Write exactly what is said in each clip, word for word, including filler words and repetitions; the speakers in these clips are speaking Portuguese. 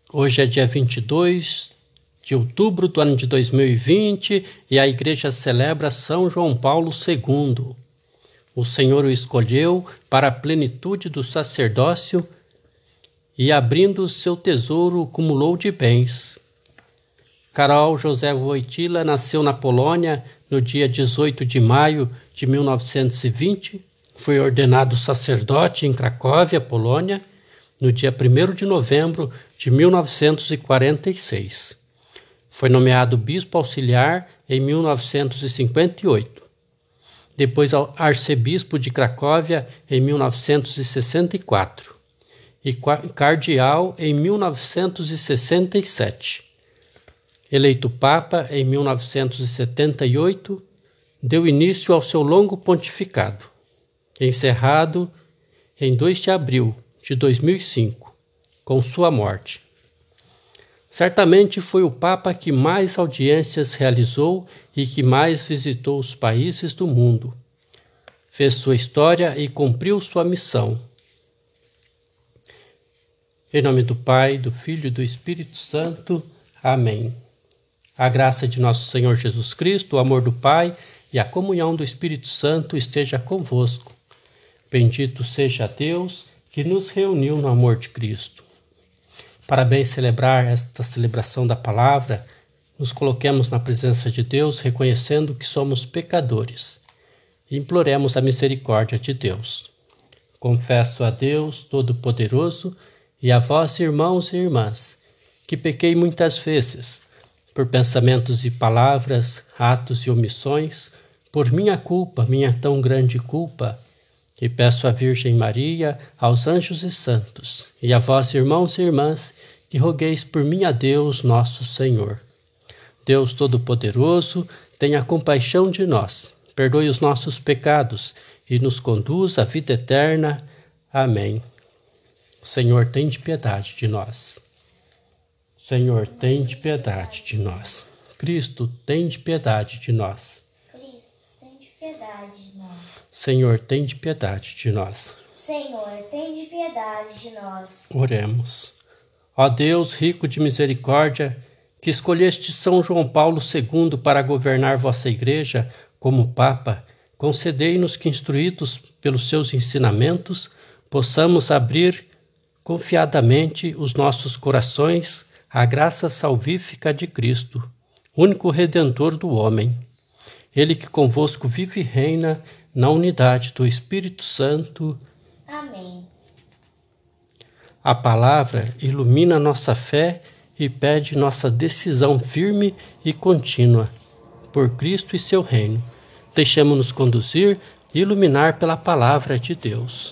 Hoje é dia vinte e dois de outubro do ano de dois mil e vinte e a igreja celebra São João Paulo segundo. O Senhor o escolheu para a plenitude do sacerdócio e, abrindo o seu tesouro, acumulou de bens. Karol José Wojtyla nasceu na Polônia no dia dezoito de maio de mil novecentos e vinte. Foi ordenado sacerdote em Cracóvia, Polônia, no dia primeiro de novembro de mil novecentos e quarenta e seis. Foi nomeado bispo auxiliar em mil novecentos e cinquenta e oito. Depois arcebispo de Cracóvia em mil novecentos e sessenta e quatro e cardeal em mil novecentos e sessenta e sete. Eleito papa em mil novecentos e setenta e oito, deu início ao seu longo pontificado, encerrado em dois de abril de dois mil e cinco, com sua morte. Certamente foi o Papa que mais audiências realizou e que mais visitou os países do mundo. Fez sua história e cumpriu sua missão. Em nome do Pai, do Filho e do Espírito Santo. Amém. A graça de nosso Senhor Jesus Cristo, o amor do Pai e a comunhão do Espírito Santo esteja convosco. Bendito seja Deus que nos reuniu no amor de Cristo. Para bem celebrar esta celebração da palavra, nos coloquemos na presença de Deus, reconhecendo que somos pecadores, e imploremos a misericórdia de Deus. Confesso a Deus Todo-Poderoso e a vós, irmãos e irmãs, que pequei muitas vezes, por pensamentos e palavras, atos e omissões, por minha culpa, minha tão grande culpa, e peço à Virgem Maria, aos anjos e santos, e a vós, irmãos e irmãs, que rogueis por mim a Deus nosso Senhor. Deus Todo-Poderoso, tenha compaixão de nós, perdoe os nossos pecados e nos conduz à vida eterna. Amém. Senhor, tem de piedade de nós. Senhor, tem de piedade de nós. Cristo, tem de piedade de nós. Cristo, tem de piedade de nós. Senhor, tem de piedade de nós. Senhor, tem de piedade de nós. Oremos. Ó Deus, rico de misericórdia, que escolheste São João Paulo segundo para governar vossa Igreja como Papa, concedei-nos que, instruídos pelos seus ensinamentos, possamos abrir confiadamente os nossos corações à graça salvífica de Cristo, único Redentor do homem. Ele que convosco vive e reina na unidade do Espírito Santo. Amém. A palavra ilumina nossa fé e pede nossa decisão firme e contínua por Cristo e seu reino. Deixemos-nos conduzir e iluminar pela palavra de Deus.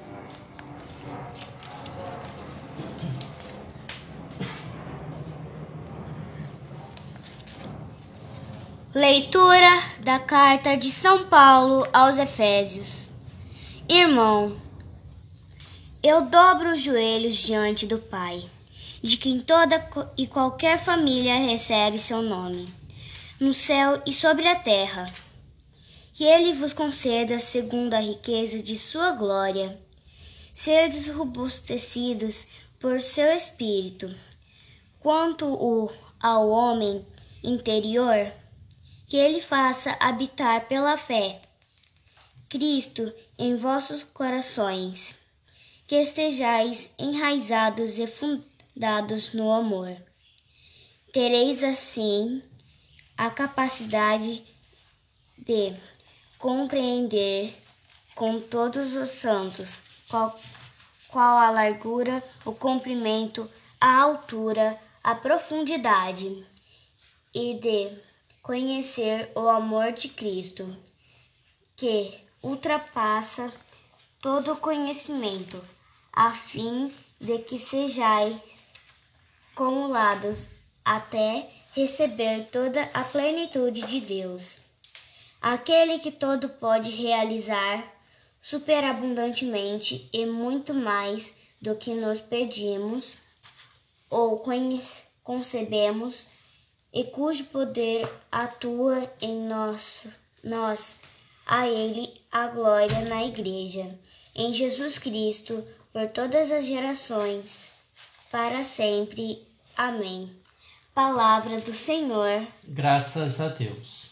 Leitura da Carta de São Paulo aos Efésios. Irmão, eu dobro os joelhos diante do Pai, de quem toda e qualquer família recebe seu nome, no céu e sobre a terra. Que ele vos conceda, segundo a riqueza de sua glória, serdes robustecidos por seu Espírito, quanto o, ao homem interior, que ele faça habitar pela fé Cristo em vossos corações, que estejais enraizados e fundados no amor. Tereis assim a capacidade de compreender com todos os santos qual, qual a largura, o comprimento, a altura, a profundidade, e de conhecer o amor de Cristo, que ultrapassa todo conhecimento, a fim de que sejais acumulados até receber toda a plenitude de Deus. Aquele que todo pode realizar superabundantemente e muito mais do que nos pedimos ou concebemos, e cujo poder atua em nós, nós, a Ele a glória na Igreja, em Jesus Cristo, por todas as gerações, para sempre. Amém. Palavra do Senhor. Graças a Deus.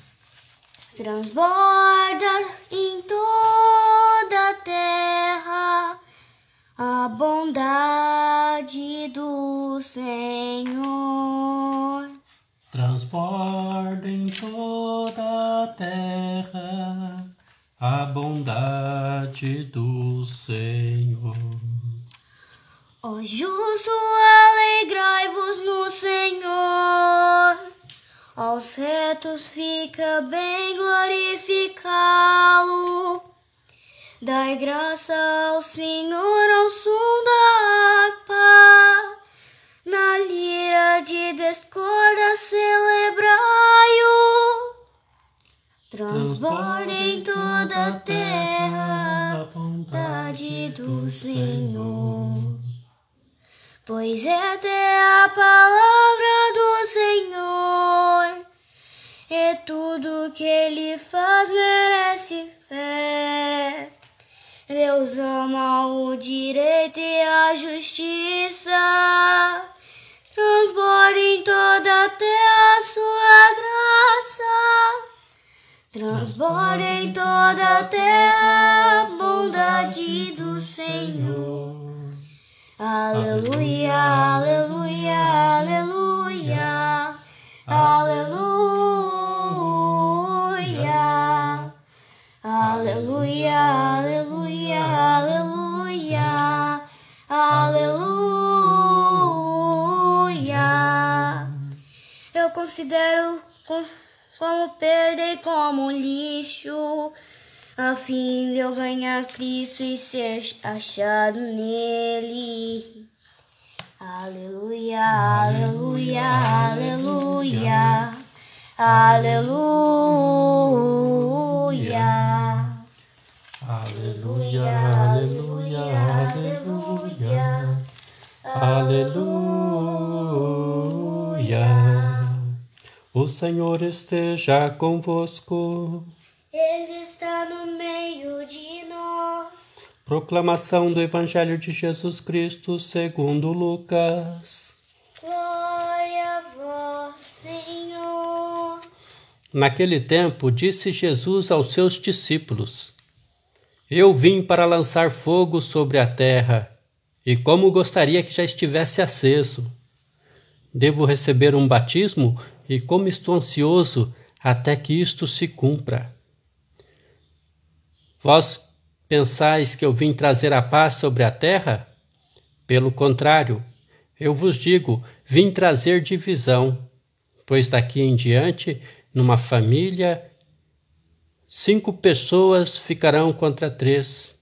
Transborda em toda a terra a bondade do Senhor. Transborda em toda a terra a bondade do Senhor. Ó justo, alegrai-vos no Senhor. Aos retos fica bem glorificá-lo. Dai graça ao Senhor ao som da harpa. Na lira de discórdia celebrai-o. Transborda em toda a terra a bondade do Senhor. Pois esta é a palavra do Senhor, e tudo que Ele faz merece fé. Deus ama o direito e a justiça, transborda em toda a terra a sua graça. Transborda em toda a terra a bondade do Senhor. Aleluia, aleluia, aleluia, aleluia, aleluia, aleluia, aleluia, aleluia. Eu considero como perda e como lixo, a fim de eu ganhar Cristo e ser achado nele. Aleluia, aleluia, aleluia, aleluia, Aleluia, aleluia, aleluia, aleluia. O Senhor esteja convosco. Ele está no meio de nós. Proclamação do Evangelho de Jesus Cristo segundo Lucas. Glória a vós, Senhor. Naquele tempo, disse Jesus aos seus discípulos: Eu vim para lançar fogo sobre a terra, e como gostaria que já estivesse aceso. Devo receber um batismo, e como estou ansioso até que isto se cumpra. Vós pensais que eu vim trazer a paz sobre a terra? Pelo contrário, eu vos digo, vim trazer divisão, pois daqui em diante, numa família, cinco pessoas ficarão contra três.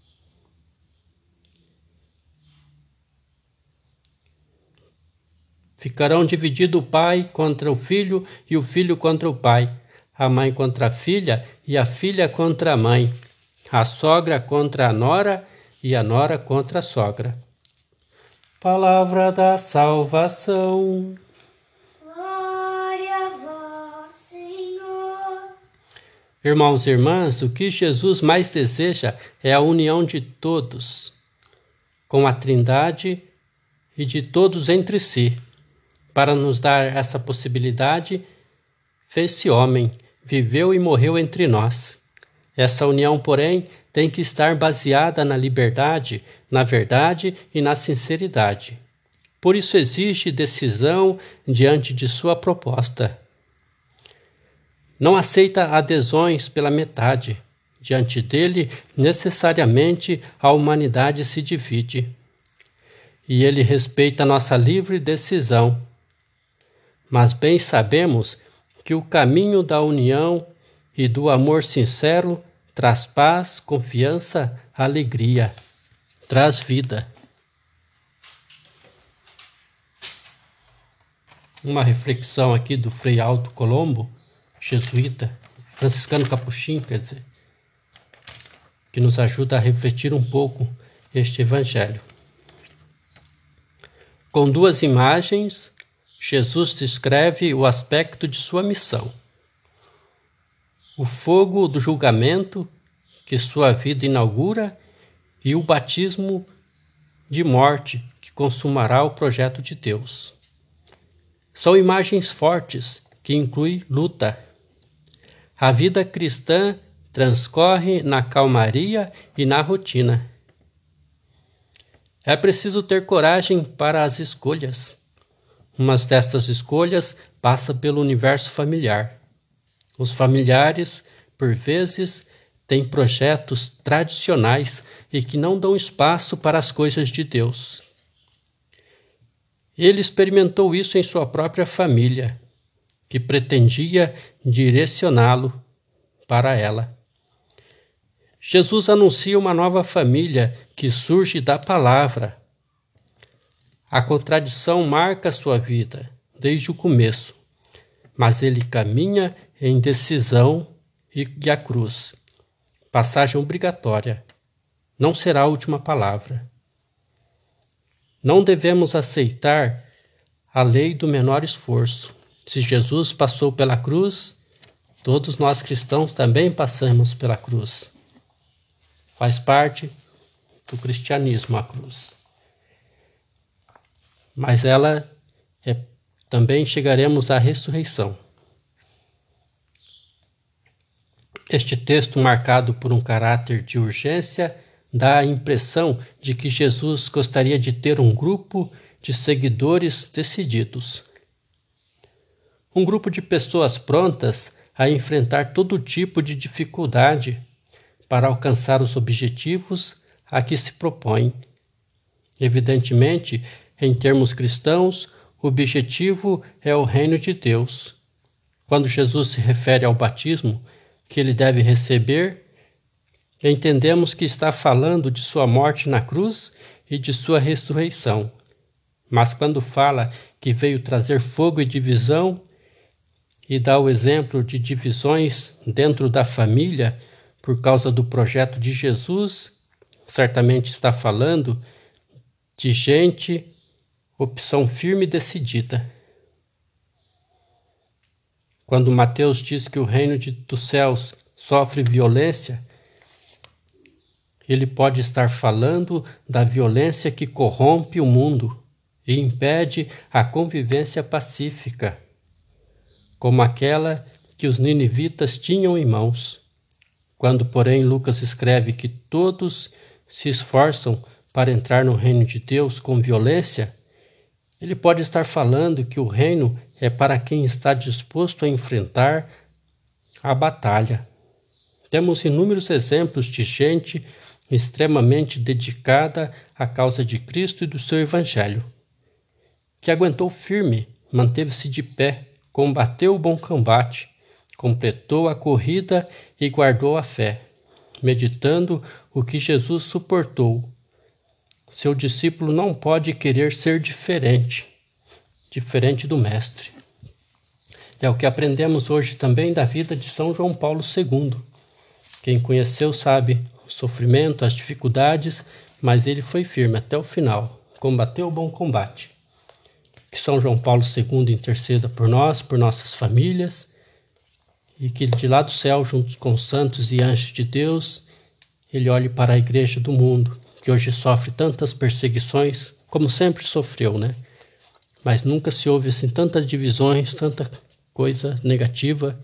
Ficarão dividido o pai contra o filho e o filho contra o pai, a mãe contra a filha e a filha contra a mãe, a sogra contra a nora e a nora contra a sogra. Palavra da salvação. Glória a vós, Senhor. Irmãos e irmãs, o que Jesus mais deseja é a união de todos com a Trindade e de todos entre si. Para nos dar essa possibilidade, fez-se homem, viveu e morreu entre nós. Essa união, porém, tem que estar baseada na liberdade, na verdade e na sinceridade. Por isso exige decisão diante de sua proposta. Não aceita adesões pela metade. Diante dele, necessariamente, a humanidade se divide. E ele respeita nossa livre decisão. Mas bem sabemos que o caminho da união e do amor sincero traz paz, confiança, alegria, traz vida. Uma reflexão aqui do Frei Aldo Colombo, jesuíta, franciscano capuchinho, quer dizer, que nos ajuda a refletir um pouco este evangelho. Com duas imagens, Jesus descreve o aspecto de sua missão. O fogo do julgamento que sua vida inaugura e o batismo de morte que consumará o projeto de Deus. São imagens fortes que incluem luta. A vida cristã transcorre na calmaria e na rotina. É preciso ter coragem para as escolhas. Uma destas escolhas passa pelo universo familiar. Os familiares, por vezes, têm projetos tradicionais e que não dão espaço para as coisas de Deus. Ele experimentou isso em sua própria família, que pretendia direcioná-lo para ela. Jesus anuncia uma nova família que surge da palavra. A contradição marca sua vida desde o começo, mas ele caminha em decisão e a cruz. Passagem obrigatória. Não será a última palavra. Não devemos aceitar a lei do menor esforço. Se Jesus passou pela cruz, todos nós cristãos também passamos pela cruz. Faz parte do cristianismo a cruz. Mas ela é, também chegaremos à ressurreição. Este texto, marcado por um caráter de urgência, dá a impressão de que Jesus gostaria de ter um grupo de seguidores decididos. Um grupo de pessoas prontas a enfrentar todo tipo de dificuldade para alcançar os objetivos a que se propõe. Evidentemente, em termos cristãos, o objetivo é o reino de Deus. Quando Jesus se refere ao batismo que ele deve receber, entendemos que está falando de sua morte na cruz e de sua ressurreição. Mas quando fala que veio trazer fogo e divisão, e dá o exemplo de divisões dentro da família por causa do projeto de Jesus, certamente está falando de gente, opção firme e decidida. Quando Mateus diz que o reino de, dos céus sofre violência, ele pode estar falando da violência que corrompe o mundo e impede a convivência pacífica, como aquela que os ninivitas tinham em mãos. Quando, porém, Lucas escreve que todos se esforçam para entrar no reino de Deus com violência, ele pode estar falando que o reino é para quem está disposto a enfrentar a batalha. Temos inúmeros exemplos de gente extremamente dedicada à causa de Cristo e do seu Evangelho, que aguentou firme, manteve-se de pé, combateu o bom combate, completou a corrida e guardou a fé, meditando o que Jesus suportou. Seu discípulo não pode querer ser diferente, diferente do Mestre. É o que aprendemos hoje também da vida de São João Paulo segundo. Quem conheceu sabe o sofrimento, as dificuldades, mas ele foi firme até o final, combateu o bom combate. Que São João Paulo segundo interceda por nós, por nossas famílias, e que de lá do céu, junto com os santos e anjos de Deus, ele olhe para a igreja do mundo, que hoje sofre tantas perseguições, como sempre sofreu, né? Mas nunca se houve assim tantas divisões, tanta coisa negativa,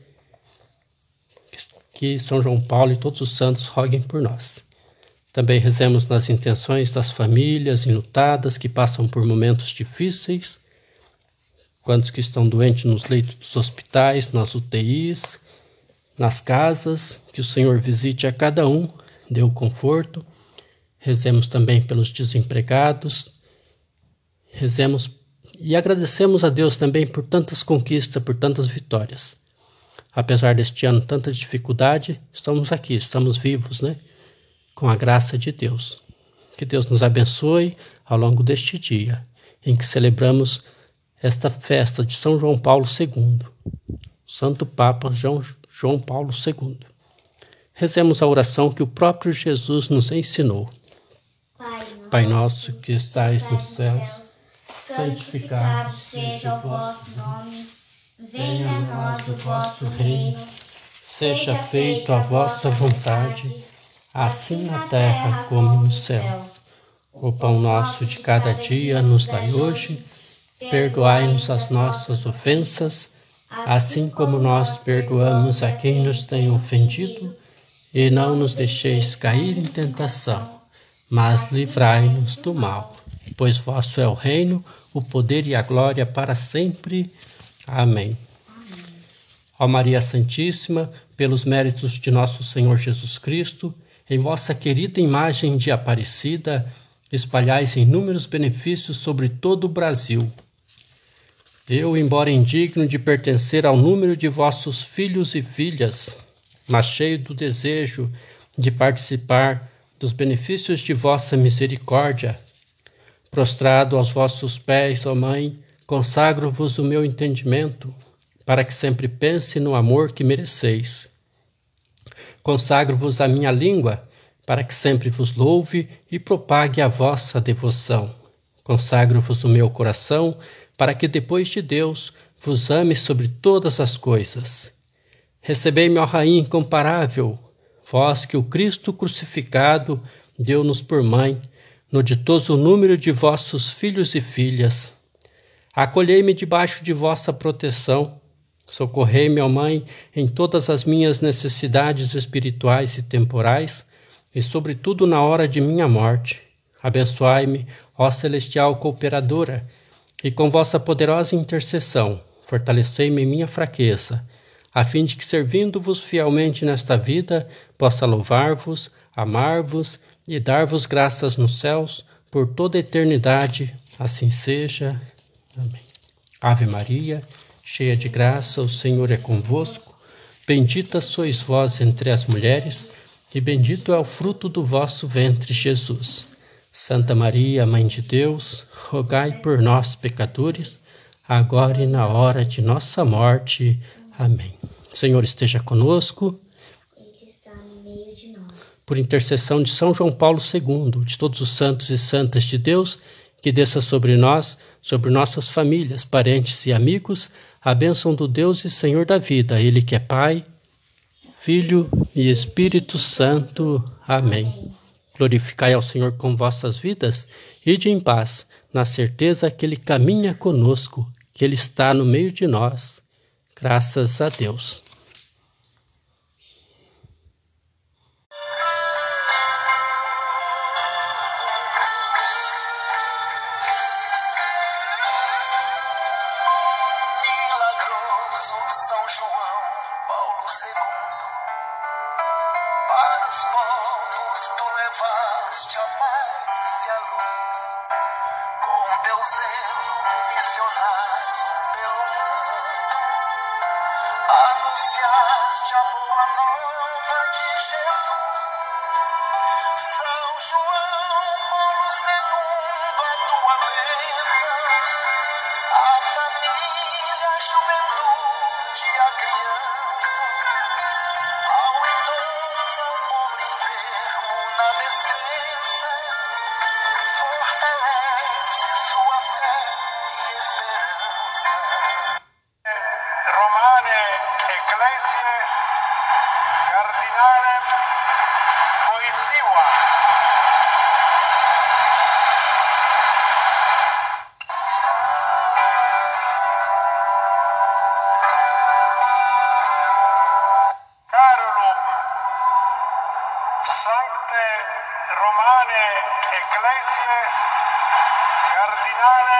que São João Paulo e todos os santos roguem por nós. Também rezemos nas intenções das famílias enlutadas que passam por momentos difíceis, quantos que estão doentes nos leitos dos hospitais, nas U T Is, nas casas, que o Senhor visite a cada um, dê o conforto. Rezemos também pelos desempregados, rezemos e agradecemos a Deus também por tantas conquistas, por tantas vitórias. Apesar deste ano tanta dificuldade, estamos aqui, estamos vivos, né? Com a graça de Deus. Que Deus nos abençoe ao longo deste dia, em que celebramos esta festa de São João Paulo segundo, Santo Papa João, João Paulo segundo. Rezemos a oração que o próprio Jesus nos ensinou. Pai nosso, Pai nosso que estais que nos nos céus, céus, santificado seja o vosso nome. Venha a nós o vosso reino. Seja feita a vossa vontade, assim na terra como no céu. O pão nosso de cada dia nos dai hoje. Perdoai-nos as nossas ofensas, assim como nós perdoamos a quem nos tem ofendido. E não nos deixeis cair em tentação, mas livrai-nos do mal. Pois vosso é o reino, o poder e a glória para sempre. Amém. Ó Maria Santíssima, pelos méritos de nosso Senhor Jesus Cristo, em vossa querida imagem de Aparecida, espalhais inúmeros benefícios sobre todo o Brasil. Eu, embora indigno de pertencer ao número de vossos filhos e filhas, mas cheio do desejo de participar dos benefícios de vossa misericórdia, prostrado aos vossos pés, ó Mãe, consagro-vos o meu entendimento, para que sempre pense no amor que mereceis. Consagro-vos a minha língua, para que sempre vos louve e propague a vossa devoção. Consagro-vos o meu coração, para que depois de Deus vos ame sobre todas as coisas. Recebei-me, ó Rainha incomparável, vós que o Cristo crucificado deu-nos por mãe, no ditoso número de vossos filhos e filhas. Acolhei-me debaixo de vossa proteção, socorrei-me, ó Mãe, em todas as minhas necessidades espirituais e temporais, e sobretudo na hora de minha morte. Abençoai-me, ó celestial cooperadora, e com vossa poderosa intercessão, fortalecei-me em minha fraqueza, a fim de que, servindo-vos fielmente nesta vida, possa louvar-vos, amar-vos e dar-vos graças nos céus por toda a eternidade. Assim seja. Amém. Ave Maria, cheia de graça, o Senhor é convosco. Bendita sois vós entre as mulheres, e bendito é o fruto do vosso ventre, Jesus. Santa Maria, Mãe de Deus, rogai por nós, pecadores, agora e na hora de nossa morte. Amém. O Senhor esteja conosco. Ele está no meio de nós. Por intercessão de São João Paulo segundo, de todos os santos e santas de Deus, que desça sobre nós, sobre nossas famílias, parentes e amigos, a bênção do Deus e Senhor da vida, Ele que é Pai, Filho e Espírito Santo. Amém. Glorificai ao Senhor com vossas vidas, ide em paz, na certeza que Ele caminha conosco, que Ele está no meio de nós. Graças a Deus. Milagroso São João Paulo segundo, para os povos tu levaste a paz e a luz, com teu zelo missionário pelo mundo, anunciaste a boa nova de Jesus. São João Paulo segundo, a tua bênção, a família, a juventude, a criança, ao idoso, ao pobre enfermo na descrença, fortalece sua fé e esperança. Romane Ecclesiae Cardinale Wojtyła. Carolum Sancte Romane Ecclesiae Cardinale